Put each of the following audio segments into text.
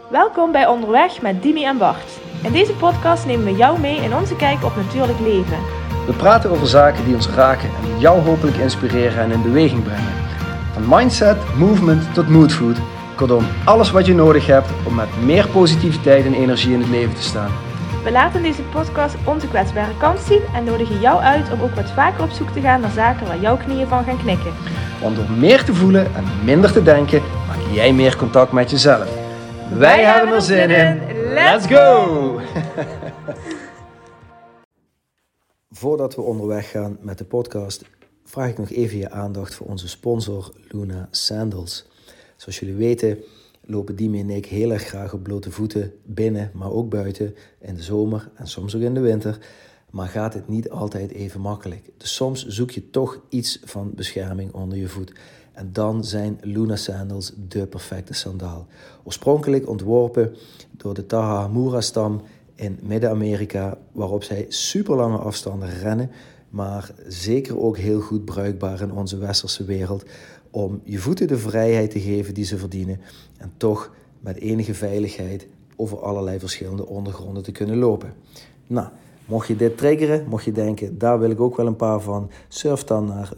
Welkom bij Onderweg met Dimi en Bart. In deze podcast nemen we jou mee in onze kijk op natuurlijk leven. We praten over zaken die ons raken en jou hopelijk inspireren en in beweging brengen. Van mindset, movement tot moodfood. Kortom, alles wat je nodig hebt om met meer positiviteit en energie in het leven te staan. We laten in deze podcast onze kwetsbare kant zien en nodigen jou uit om ook wat vaker op zoek te gaan naar zaken waar jouw knieën van gaan knikken. Want door meer te voelen en minder te denken, maak jij meer contact met jezelf. Wij hebben er zin in. Let's go! Voordat we onderweg gaan met de podcast, vraag ik nog even je aandacht voor onze sponsor Luna Sandals. Zoals jullie weten lopen Dimi en ik heel erg graag op blote voeten binnen, maar ook buiten in de zomer en soms ook in de winter. Maar gaat het niet altijd even makkelijk. Dus soms zoek je toch iets van bescherming onder je voet. En dan zijn Luna Sandals de perfecte sandaal. Oorspronkelijk ontworpen door de Tarahumara-stam in Midden-Amerika, waarop zij super lange afstanden rennen, maar zeker ook heel goed bruikbaar in onze westerse wereld, om je voeten de vrijheid te geven die ze verdienen en toch met enige veiligheid over allerlei verschillende ondergronden te kunnen lopen. Nou, mocht je dit triggeren, mocht je denken, daar wil ik ook wel een paar van, surf dan naar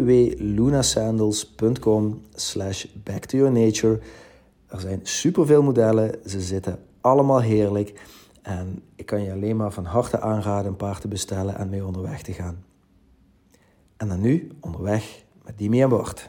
www.lunasandals.com/backtoyournature. Er zijn superveel modellen, ze zitten allemaal heerlijk en ik kan je alleen maar van harte aanraden een paar te bestellen en mee onderweg te gaan. En dan nu onderweg met Dimi en Bart.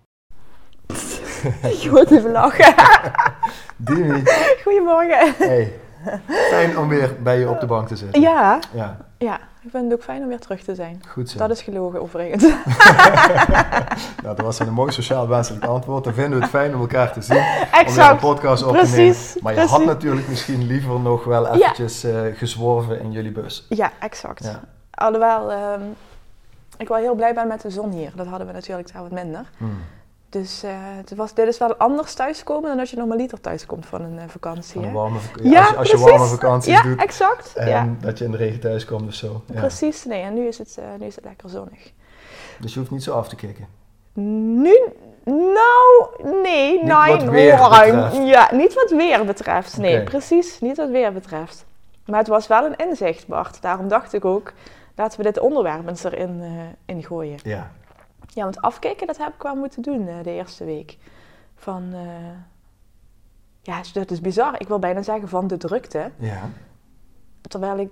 Je moet even lachen. Dimi. Goedemorgen. Hey, fijn om weer bij je op de bank te zitten. Ja, Ja, ik vind het ook fijn om weer terug te zijn. Goed zo. Dat is gelogen overigens. Nou, dat was een mooi sociaal wenselijk antwoord. Dan vinden we het fijn om elkaar te zien. exact. Om weer een podcast op te Precies, nemen. Maar je had natuurlijk misschien liever nog wel eventjes gezworven in jullie bus. Ja, exact. Ja. Alhoewel, ik wel heel blij ben met de zon hier. Dat hadden we natuurlijk daar wat minder. Dus dit is wel anders thuiskomen dan als je normaliter thuiskomt van een vakantie. Van Hè? een als je warme vakanties doet. Ja, exact. En dat je in de regen thuis komt of zo. Ja. Precies, nee, en nu is het lekker zonnig. Dus je hoeft niet zo af te kicken. Nu? Nou, nee. Niet wat weer betreft. Ja, niet wat weer betreft. Nee, Okay. precies, niet wat weer betreft. Maar het was wel een inzicht, Bart. Daarom dacht ik ook, laten we dit onderwerp eens erin in gooien. Ja. Ja, want afkicken, dat heb ik wel moeten doen de eerste week. Ja, dat is bizar. Ik wil bijna zeggen van de drukte. Ja. Terwijl ik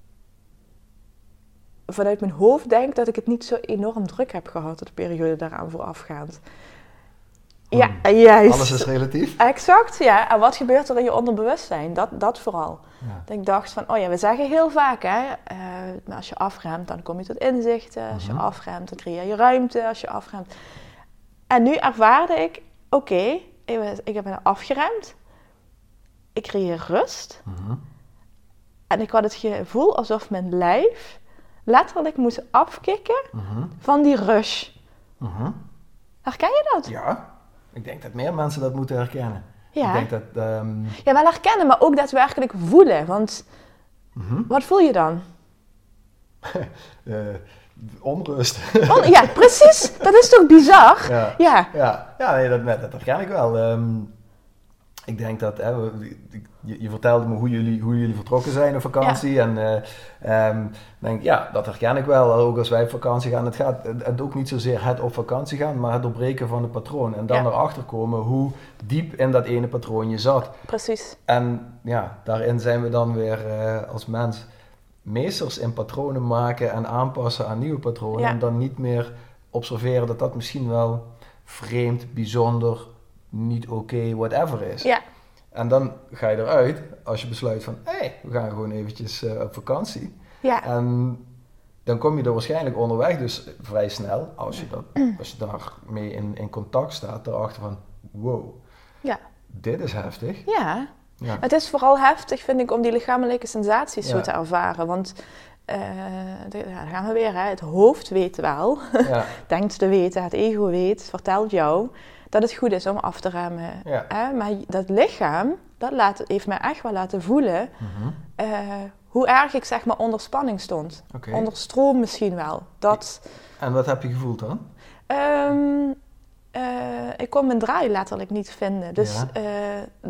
vanuit mijn hoofd denk dat ik het niet zo enorm druk heb gehad, de periode daaraan voorafgaand. Ja, juist. Alles is relatief. Exact, ja. En wat gebeurt er in je onderbewustzijn? Dat vooral. Ja. Dat ik dacht van, we zeggen heel vaak, hè. Maar als je afremt, dan kom je tot inzichten. Als je afremt, dan creëer je ruimte. Als je afremt. En nu ervaarde ik, ik heb afgeremd. Ik creëer rust. En ik had het gevoel alsof mijn lijf letterlijk moest afkicken van die rush. Herken je dat? Ja. Ik denk dat meer mensen dat moeten herkennen. Ja. Ik denk dat... Ja, wel herkennen, maar ook daadwerkelijk voelen. Want wat voel je dan? Onrust. Ja, precies. Dat is toch bizar? Ja, nee, dat herken ik wel. Ik denk dat... je vertelde me hoe jullie vertrokken zijn op vakantie. Ja. En dat herken ik wel. Ook als wij op vakantie gaan. Het gaat ook niet zozeer het op vakantie gaan, maar het doorbreken van het patroon. En dan erachter komen hoe diep in dat ene patroon je zat. Precies. En ja, daarin zijn we dan weer als mens meesters in patronen maken en aanpassen aan nieuwe patronen. Ja. En dan niet meer observeren dat dat misschien wel vreemd, bijzonder, niet oké, whatever is. Ja. En dan ga je eruit als je besluit van, we gaan gewoon eventjes op vakantie. Ja. En dan kom je er waarschijnlijk onderweg dus vrij snel, als je daarmee in contact staat, erachter van, wow, dit is heftig. Ja. Ja. Het is vooral heftig, vind ik, om die lichamelijke sensaties zo te ervaren. Want daar gaan we weer, hè. Het hoofd weet wel, denkt te weten, het ego weet, vertelt jou dat het goed is om af te remmen. Ja. Maar dat lichaam, heeft mij echt wel laten voelen hoe erg ik zeg maar onder spanning stond. Okay. Onder stroom misschien wel. En wat heb je gevoeld dan? Ik kon mijn draai letterlijk niet vinden. Dus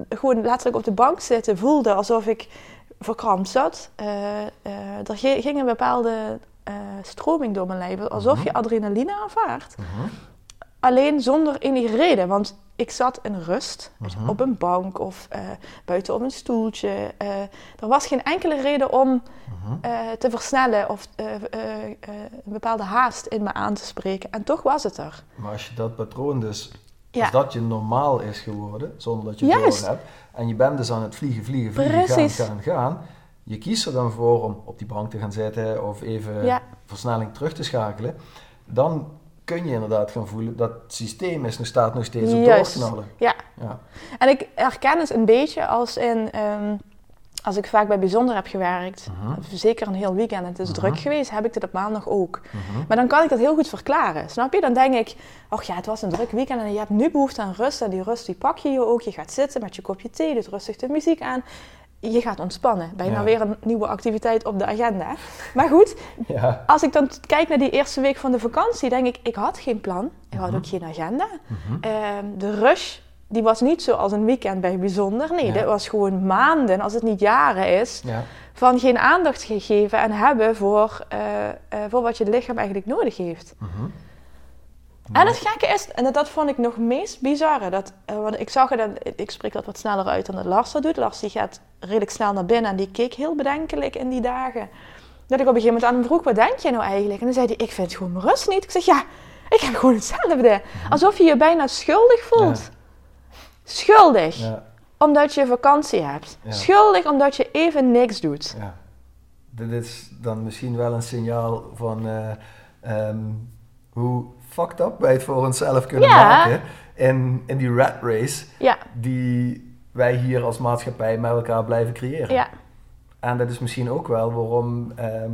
gewoon letterlijk op de bank zitten voelde alsof ik verkrampt zat. Er ging een bepaalde stroming door mijn lijf, alsof je adrenaline ervaart. Alleen zonder enige reden, want ik zat in rust, op een bank of buiten op een stoeltje. Er was geen enkele reden om te versnellen of een bepaalde haast in me aan te spreken. En toch was het er. Maar als je dat patroon dus, als dat je normaal is geworden, zonder dat je Juist. door hebt, en je bent dus aan het vliegen, gaan. Je kiest er dan voor om op die bank te gaan zitten of even versnelling terug te schakelen. Dan kun je inderdaad gaan voelen dat het systeem staat nog steeds op doorknallen. Ja. En ik herken het een beetje als als ik vaak bij Bijzonder heb gewerkt, zeker een heel weekend en het is druk geweest, heb ik dit op maandag ook. Maar dan kan ik dat heel goed verklaren, snap je? Dan denk ik, het was een druk weekend en je hebt nu behoefte aan rust en die rust die pak je ook. Je gaat zitten met je kopje thee, doet rustig de muziek aan. Je gaat ontspannen. Bijna weer een nieuwe activiteit op de agenda. Maar goed, als ik dan kijk naar die eerste week van de vakantie, denk ik had geen plan. Ik had ook geen agenda. De rush, die was niet zoals een weekend bij Bijzonder. Nee, dit was gewoon maanden, als het niet jaren is, van geen aandacht gegeven en hebben voor wat je lichaam eigenlijk nodig heeft. En het gekke is, en dat vond ik nog meest bizarre, want ik zag het, ik spreek dat wat sneller uit dan dat Lars dat doet. Lars die gaat redelijk snel naar binnen en die keek heel bedenkelijk in die dagen. Dat ik op een gegeven moment aan hem vroeg, wat denk je nou eigenlijk? En dan zei hij, ik vind gewoon mijn rust niet. Ik zeg, ik heb gewoon hetzelfde. Alsof je je bijna schuldig voelt. Schuldig, omdat je vakantie hebt. Schuldig, omdat je even niks doet. Dit is dan misschien wel een signaal van hoe fucked up wij het voor onszelf kunnen maken in die rat race die wij hier als maatschappij met elkaar blijven creëren. En dat is misschien ook wel waarom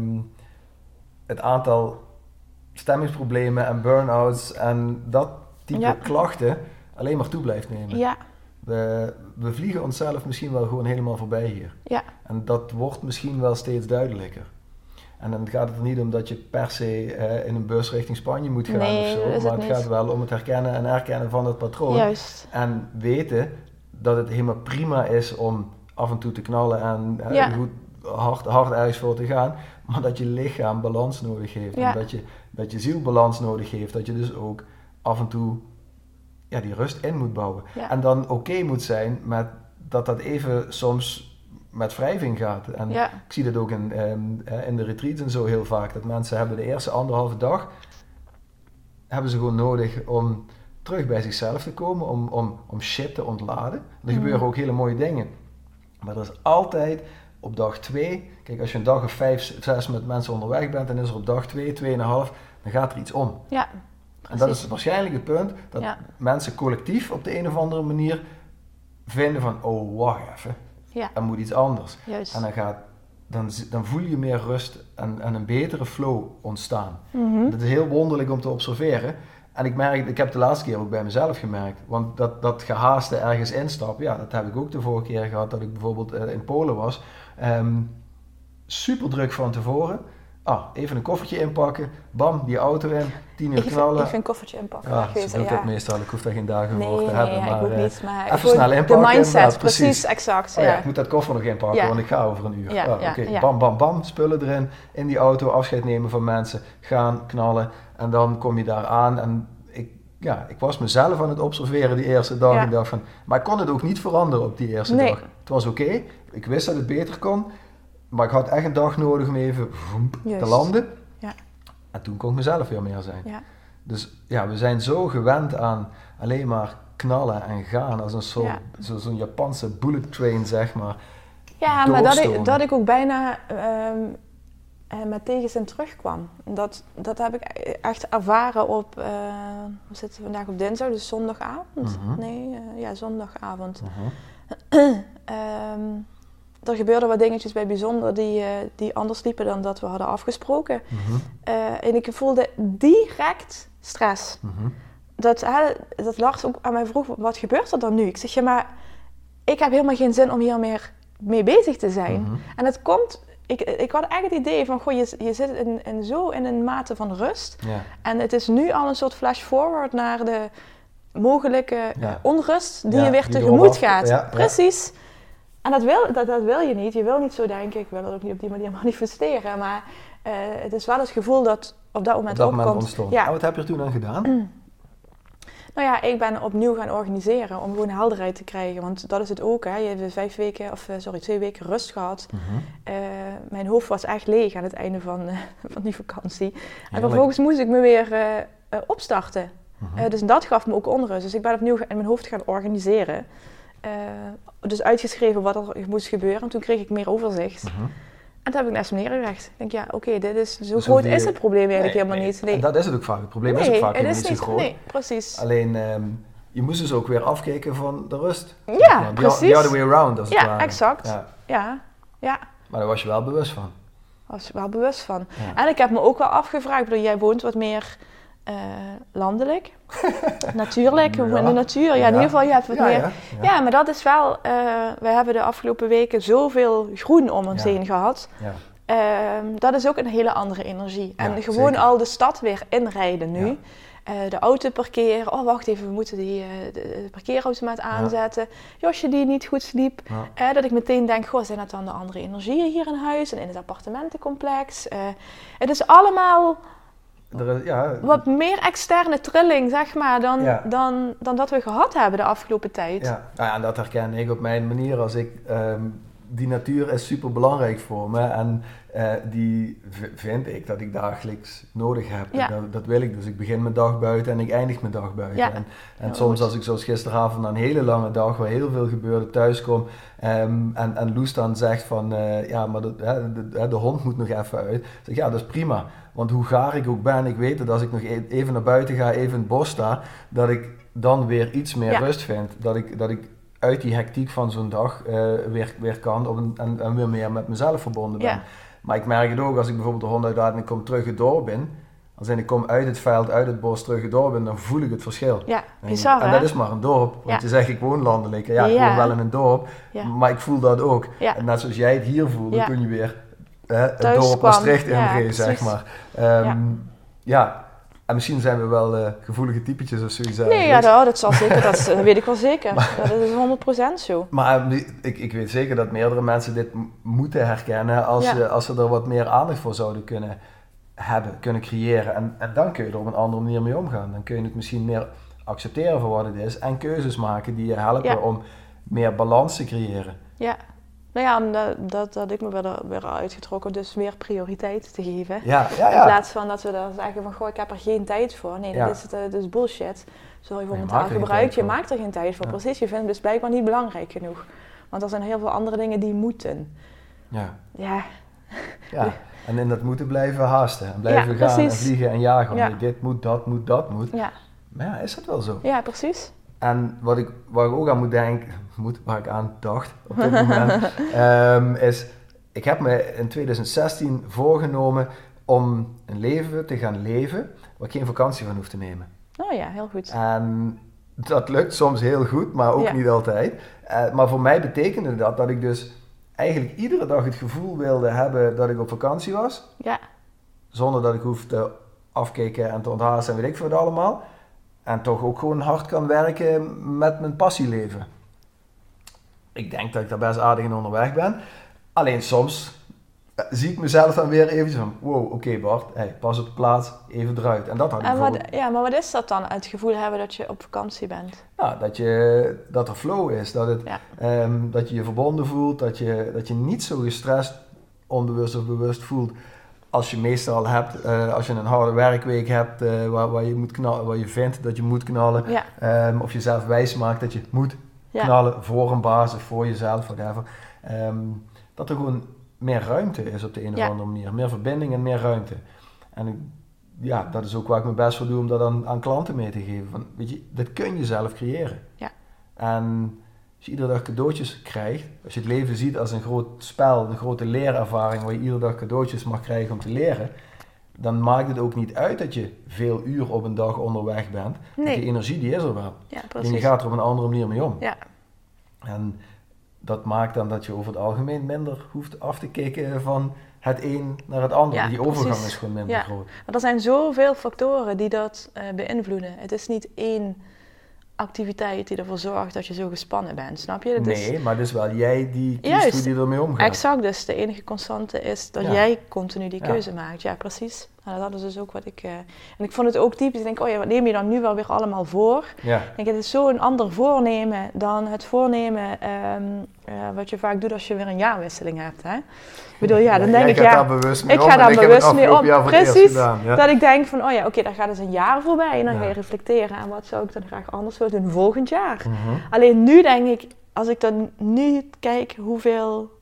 het aantal stemmingsproblemen en burn-outs en dat type klachten alleen maar toe blijft nemen. We vliegen onszelf misschien wel gewoon helemaal voorbij hier. En dat wordt misschien wel steeds duidelijker. En dan gaat het er niet om dat je per se in een bus richting Spanje moet gaan of zo. Maar het gaat wel om het herkennen en erkennen van het patroon. Juist. En weten dat het helemaal prima is om af en toe te knallen en goed hard ergens voor te gaan. Maar dat je lichaam balans nodig heeft. En dat je ziel balans nodig heeft. Dat je dus ook af en toe die rust in moet bouwen. En dan oké moet zijn met dat even soms met wrijving gaat. En ik zie dat ook in de retreats en zo heel vaak. Dat mensen hebben de eerste 1,5 dag hebben ze gewoon nodig om terug bij zichzelf te komen. Om shit te ontladen. Er gebeuren ook hele mooie dingen. Maar er is altijd op dag 2... Kijk, als je een dag of 5, 6 met mensen onderweg bent, dan is er op dag 2, 2,5, dan gaat er iets om. En dat is waarschijnlijk het punt dat mensen collectief op de een of andere manier vinden van, oh, wacht even. Er moet iets anders. Juist. En dan voel je meer rust en een betere flow ontstaan. Dat is heel wonderlijk om te observeren. En ik heb de laatste keer ook bij mezelf gemerkt. Want dat gehaaste ergens instappen, dat heb ik ook de vorige keer gehad dat ik bijvoorbeeld in Polen was. Super druk van tevoren. Even een koffertje inpakken, bam, die auto in, 10 uur knallen. Ik vind een koffertje inpakken. Zo doe ik dat meestal, ik hoef daar geen dagen voor te hebben. Maar, ik ook niet, maar even snel inpakken. De mindset, precies, exact. Ik moet dat koffer nog inpakken, want ik ga over een uur. Bam, bam, bam, spullen erin, in die auto, afscheid nemen van mensen, gaan, knallen. En dan kom je daar aan en ik was mezelf aan het observeren die eerste dag. Ik dacht van, maar ik kon het ook niet veranderen op die eerste dag. Het was oké, ik wist dat het beter kon. Maar ik had echt een dag nodig om even te landen. En toen kon ik mezelf weer meer zijn. Dus we zijn zo gewend aan alleen maar knallen en gaan. Als een soort, zo'n Japanse bullet train, zeg maar. Ja, maar dat ik ook bijna met tegenzin terugkwam. Dat heb ik echt ervaren op, we zitten vandaag op dinsdag, dus zondagavond. Zondagavond. Er gebeurden wat dingetjes bij Bijzonder die anders liepen dan dat we hadden afgesproken. En ik voelde direct stress. Dat Lars ook aan mij vroeg, wat gebeurt er dan nu? Ik zeg, maar ik heb helemaal geen zin om hier meer mee bezig te zijn. En het komt, ik had echt het idee van, je zit in een mate van rust. En het is nu al een soort flash forward naar mogelijke onrust die je weer tegemoet gaat. Ja, precies. En dat wil je niet. Je wil niet zo denken, ik wil het ook niet op die manier manifesteren. Maar het is wel het gevoel dat op dat moment opkomt. Ja. Wat heb je er toen dan gedaan? Nou ja, ik ben opnieuw gaan organiseren om gewoon helderheid te krijgen. Want dat is het ook, hè. Je hebt 2 weken rust gehad. Mijn hoofd was echt leeg aan het einde van die vakantie. En vervolgens moest ik me weer opstarten. Dus dat gaf me ook onrust. Dus ik ben opnieuw in mijn hoofd gaan organiseren. Dus uitgeschreven wat er moest gebeuren. En toen kreeg ik meer overzicht. En toen heb ik naast me neergelegd. Ik denk, ja, oké, dit is zo dus groot is het probleem eigenlijk helemaal niet. Nee. En dat is het ook vaak. Het probleem is ook vaak helemaal niet zo groot. Nee, precies. Alleen, je moest dus ook weer afkijken van de rust. Ja, precies. The other way around, als het ware. Ja, exact. Ja. Maar daar was je wel bewust van. Ja. En ik heb me ook wel afgevraagd, bedoel, jij woont wat meer landelijk, natuurlijk, in de natuur. Ja, in ieder geval, je hebt wat meer. Ja, maar dat is wel, we hebben de afgelopen weken zoveel groen om ons heen gehad. Dat is ook een hele andere energie. En gewoon zeker. Al de stad weer inrijden nu. De auto parkeren. Oh, wacht even, we moeten de parkeerautomaat aanzetten. Josje die niet goed sliep. Dat ik meteen denk, goh, zijn dat dan de andere energieën hier in huis en in het appartementencomplex? Het is allemaal wat meer externe trilling, zeg maar, dan dat we gehad hebben de afgelopen tijd. Ja, en dat herken ik op mijn manier als ik... die natuur is super belangrijk voor me en die vind ik dat ik dagelijks nodig heb. Ja. Dat wil ik, dus ik begin mijn dag buiten en ik eindig mijn dag buiten. Ja. En soms als ik zoals gisteravond na een hele lange dag waar heel veel gebeurde thuis kom en Loes dan zegt van maar de hond moet nog even uit. Zeg ja, dat is prima, want hoe gaar ik ook ben, ik weet dat als ik nog even naar buiten ga, even in het bos sta, dat ik dan weer iets meer rust vind. Dat ik uit die hectiek van zo'n dag weer kan en weer meer met mezelf verbonden ben. Ja. Maar ik merk het ook als ik bijvoorbeeld de hond uitlaat en ik kom terug het dorp in. Als ik kom uit het veld, uit het bos, terug het dorp in, dan voel ik het verschil. Ja, bizar, en dat is maar een dorp. Want je zegt ik woon landelijk. Ja, ik woon wel in een dorp, maar ik voel dat ook. Ja. En net zoals jij het hier voelt, dan kun je weer het dorp Maastricht inbrengen, zeg maar. En misschien zijn we wel gevoelige typetjes of zoiets. Nee, dat zal zeker. Dat weet ik wel zeker. Dat is 100% zo. Maar ik weet zeker dat meerdere mensen dit moeten herkennen als ze er wat meer aandacht voor zouden kunnen creëren. En dan kun je er op een andere manier mee omgaan. Dan kun je het misschien meer accepteren voor wat het is en keuzes maken die je helpen om meer balans te creëren. Ja. Nou ja, dat had ik me weer uitgetrokken, dus meer prioriteit te geven. Ja. In plaats van dat we dan zeggen van, goh, ik heb er geen tijd voor. Nee, dat is bullshit. Sorry voor mijn taalgebruik. Je maakt er geen tijd voor, precies. Je vindt het dus blijkbaar niet belangrijk genoeg. Want er zijn heel veel andere dingen die moeten. Ja. En in dat moeten blijven haasten. En blijven gaan en vliegen en jagen. Ja. Dit moet, dat moet. Ja. Maar ja, is dat wel zo? Ja, precies. En waar ik ook aan moet denken, waar ik aan dacht op dit moment, is, ik heb me in 2016 voorgenomen om een leven te gaan leven waar ik geen vakantie van hoef te nemen. Oh ja, heel goed. En dat lukt soms heel goed, maar ook niet altijd. Maar voor mij betekende dat ik dus eigenlijk iedere dag het gevoel wilde hebben dat ik op vakantie was. Ja. Zonder dat ik hoef te afkijken en te onthaasten en weet ik veel wat allemaal. En toch ook gewoon hard kan werken met mijn passieleven. Ik denk dat ik daar best aardig in onderweg ben. Alleen soms zie ik mezelf dan weer even van... Wow, oké Bart, pas op de plaats, even eruit. En dat had ik bijvoorbeeld... maar wat is dat dan? Het gevoel hebben dat je op vakantie bent? Nou, dat er flow is. Dat je je verbonden voelt. Dat je niet zo gestrest, onbewust of bewust voelt... Als je meestal hebt, als je een harde werkweek hebt waar je moet knallen, waar je vindt dat je moet knallen, of jezelf wijs maakt dat je moet knallen voor een baas of voor jezelf, whatever. Dat er gewoon meer ruimte is op de een of andere manier. Meer verbinding en meer ruimte. En dat is ook waar ik mijn best voor doe om dat aan klanten mee te geven. Van, weet je, dat kun je zelf creëren. Ja. En als je iedere dag cadeautjes krijgt, als je het leven ziet als een groot spel, een grote leerervaring waar je iedere dag cadeautjes mag krijgen om te leren, dan maakt het ook niet uit dat je veel uur op een dag onderweg bent. Nee. Die energie die is er wel. Ja, en je gaat er op een andere manier mee om. Ja. En dat maakt dan dat je over het algemeen minder hoeft af te kijken van het een naar het ander. Die overgang is gewoon minder groot. Maar er zijn zoveel factoren die dat beïnvloeden. Het is niet één activiteit die ervoor zorgt dat je zo gespannen bent, snap je? Nee, maar het is wel jij die kiest hoe die ermee omgaat. Exact, dus de enige constante is dat jij continu die keuze maakt. Ja, precies. Nou, dat is dus ook wat ik... En ik vond het ook typisch. Ik denk, wat neem je dan nu wel weer allemaal voor? Ja. Ik denk, het is zo'n ander voornemen dan het voornemen wat je vaak doet als je weer een jaarwisseling hebt. Hè? Ik bedoel, dan denk ik, ik ga daar bewust mee om. Precies, dat ik denk van, daar gaat dus een jaar voorbij. En dan ga je reflecteren aan wat zou ik dan graag anders willen doen volgend jaar. Mm-hmm. Alleen nu denk ik, als ik dan nu kijk hoeveel...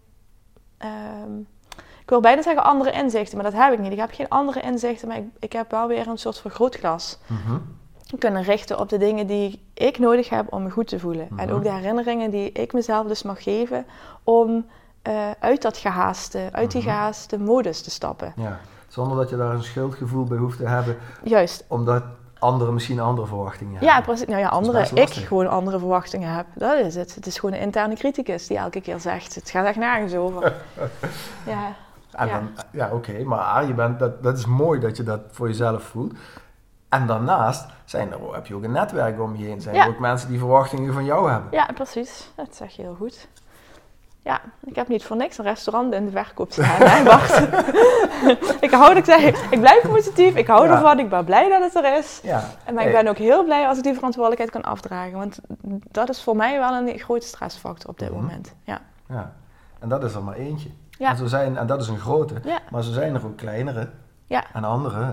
ik wil bijna zeggen andere inzichten, maar dat heb ik niet. Ik heb geen andere inzichten, maar ik heb wel weer een soort vergrootglas. Mm-hmm. Kunnen richten op de dingen die ik nodig heb om me goed te voelen. Mm-hmm. En ook de herinneringen die ik mezelf dus mag geven om uit die gehaaste modus te stappen. Ja, zonder dat je daar een schuldgevoel bij hoeft te hebben. Juist. Omdat anderen misschien andere verwachtingen hebben. Ja, precies. Nou ja, ik gewoon andere verwachtingen heb. Dat is het. Het is gewoon een interne criticus die elke keer zegt, het gaat echt nergens over. Ja. Oké, maar dat is mooi dat je dat voor jezelf voelt. En daarnaast heb je ook een netwerk om je heen. Zijn er ook mensen die verwachtingen van jou hebben. Ja, precies. Dat zeg je heel goed. Ja, ik heb niet voor niks een restaurant in de verkoop staan. Hè, Bart? Ik blijf positief, ik hou ervan, ik ben blij dat het er is. Ja. Maar ik ben ook heel blij als ik die verantwoordelijkheid kan afdragen. Want dat is voor mij wel een grote stressfactor op dit moment. Ja. En dat is er maar eentje. Ja. En dat is een grote, maar zo zijn er ook kleinere en andere.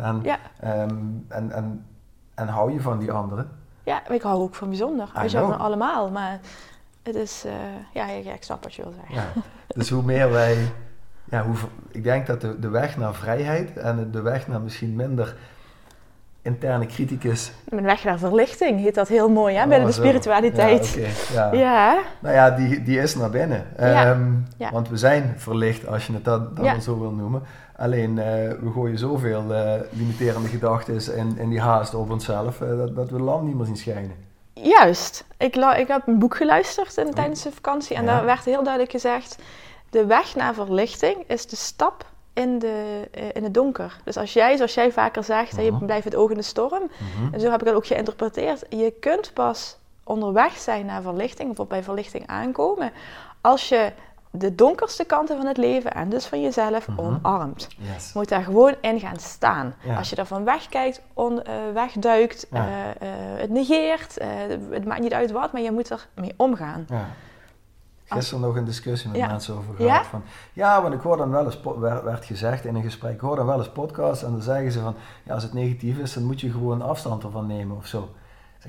En hou je van die andere? Ja, ik hou ook van bijzonder. We zijn er allemaal, maar het is... ik snap wat je wil zeggen. Ja. Dus hoe meer wij... ik denk dat de weg naar vrijheid en de weg naar misschien minder interne criticus... Mijn weg naar verlichting heet dat heel mooi, hè, bij de spiritualiteit. Ja. Nou ja, die is naar binnen. Want we zijn verlicht, als je het dan zo wil noemen. Alleen, we gooien zoveel limiterende gedachten in die haast op onszelf, dat we de lamp niet meer zien schijnen. Juist. Ik heb een boek geluisterd tijdens de vakantie en daar werd heel duidelijk gezegd, de weg naar verlichting is de stap in het donker. Dus als jij, zoals jij vaker zegt, je blijft het oog in de storm. En zo heb ik dat ook geïnterpreteerd. Je kunt pas onderweg zijn naar verlichting, of bij verlichting aankomen, als je de donkerste kanten van het leven en dus van jezelf omarmt. Yes. Je moet daar gewoon in gaan staan. Ja. Als je daarvan wegkijkt, wegduikt, het negeert, het maakt niet uit wat, maar je moet ermee omgaan. Ja. Gisteren nog een discussie met mensen over gehad. Want ik hoor dan wel eens, werd gezegd in een gesprek, ik hoor dan wel eens podcasts en dan zeggen ze van, als het negatief is, dan moet je gewoon afstand ervan nemen of zo.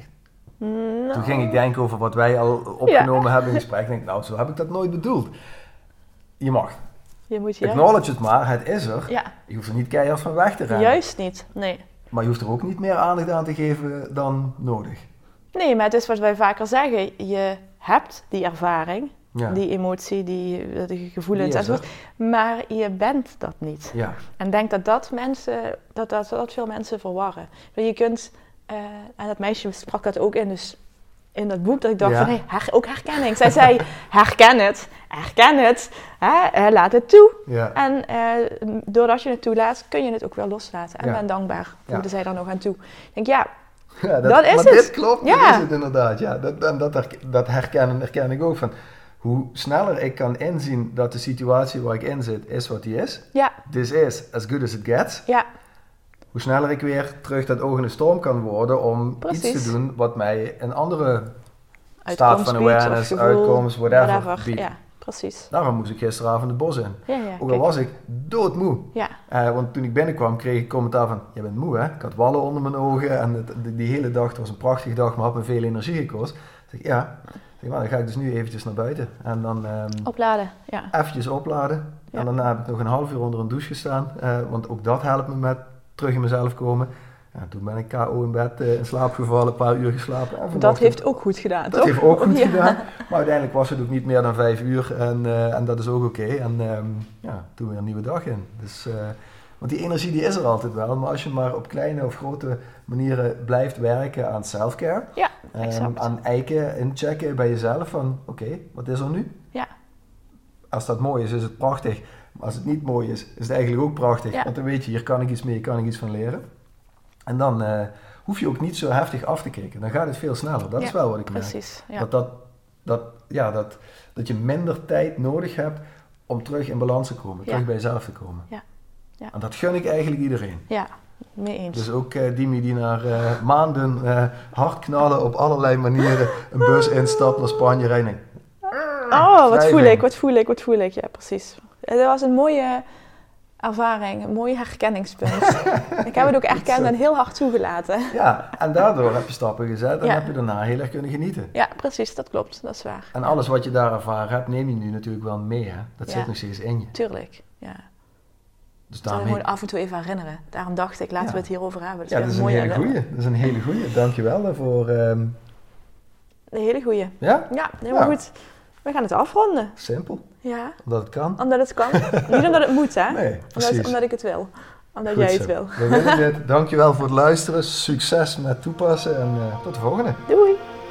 Toen ging ik denken over wat wij al opgenomen hebben in het gesprek. Ik denk, zo heb ik dat nooit bedoeld. Je mag. Je moet acknowledge het maar, het is er. Ja. Je hoeft er niet keihard van weg te rennen. Juist niet, nee. Maar je hoeft er ook niet meer aandacht aan te geven dan nodig. Nee, maar het is wat wij vaker zeggen. Je hebt die ervaring, die emotie, die gevoelens enzovoort. Maar je bent dat niet. Ja. En denk dat veel mensen verwarren. Je kunt... en dat meisje sprak dat ook in dat boek, dat ik dacht van, ook herkenning. Zij zei, herken het, laat het toe. Ja. En doordat je het toelaat, kun je het ook weer loslaten. En ben dankbaar, voegde zij daar nog aan toe. Ik denk, dat is het. Maar dit klopt, dat is het inderdaad. Ja. Dat herken ik ook van. Hoe sneller ik kan inzien dat de situatie waar ik in zit, is wat die is. Ja. This is as good as it gets. Ja. Hoe sneller ik weer terug dat oog in de storm kan worden om iets te doen wat mij een andere staat van awareness, uitkomst, whatever biedt. Ja, precies. Daarom moest ik gisteravond het bos in. Ook al was ik doodmoe. Ja. Want toen ik binnenkwam kreeg ik commentaar van, je bent moe hè? Ik had wallen onder mijn ogen en die hele dag, het was een prachtige dag, maar had me veel energie gekost. Ik zeg, dan ga ik dus nu eventjes naar buiten. En dan opladen, eventjes opladen. Ja. En daarna heb ik nog een half uur onder een douche gestaan. Want ook dat helpt me met terug in mezelf komen. Toen ben ik KO in bed in slaap gevallen, een paar uur geslapen. Dat heeft ook goed gedaan, toch? Dat heeft ook goed gedaan. Maar uiteindelijk was het ook niet meer dan 5 uur. En dat is ook oké. En toen weer een nieuwe dag in. Dus, want die energie die is er altijd wel. Maar als je maar op kleine of grote manieren blijft werken aan self-care. Ja, exact. Aan eiken, inchecken bij jezelf van oké, wat is er nu? Ja. Als dat mooi is het prachtig. Maar als het niet mooi is het eigenlijk ook prachtig. Ja. Want dan weet je, hier kan ik iets mee, hier kan ik iets van leren. En dan hoef je ook niet zo heftig af te kicken. Dan gaat het veel sneller. Dat is wel wat ik merk. Precies. Ja. Dat je minder tijd nodig hebt om terug in balans te komen. Terug bij jezelf te komen. Ja. Ja. En dat gun ik eigenlijk iedereen. Ja, mee eens. Dus ook Dimi die na maanden hard knallen op allerlei manieren een bus instapt naar Spanje rijden. Wat voel ik. Ja, precies. Het was een mooie ervaring, een mooi herkenningspunt. Ik heb het ook erkend en heel hard toegelaten. Ja, en daardoor heb je stappen gezet en heb je daarna heel erg kunnen genieten. Ja, precies, dat klopt, dat is waar. En alles wat je daar ervaren hebt, neem je nu natuurlijk wel mee, hè? Dat zit nog steeds in je. Tuurlijk, ja. Dus daarmee... Ik moet af en toe even herinneren. Daarom dacht ik, laten we het hierover hebben. Dat is een hele goeie. Dat is een hele goeie. Dankjewel daarvoor. Een hele goeie. Ja? Ja, helemaal goed. We gaan het afronden. Simpel. Ja. Omdat het kan. Omdat het kan. Niet omdat het moet, hè? Nee, precies. Omdat ik het wil. Omdat goed jij zo. het wil. We willen dit. Dankjewel voor het luisteren. Succes met toepassen en tot de volgende. Doei.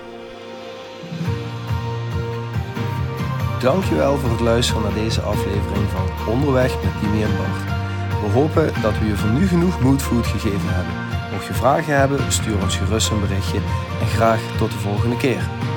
Dankjewel voor het luisteren naar deze aflevering van Onderweg met Dimi en Bart. We hopen dat we je voor nu genoeg moodfood gegeven hebben. Mocht je vragen hebben, stuur ons gerust een berichtje en graag tot de volgende keer.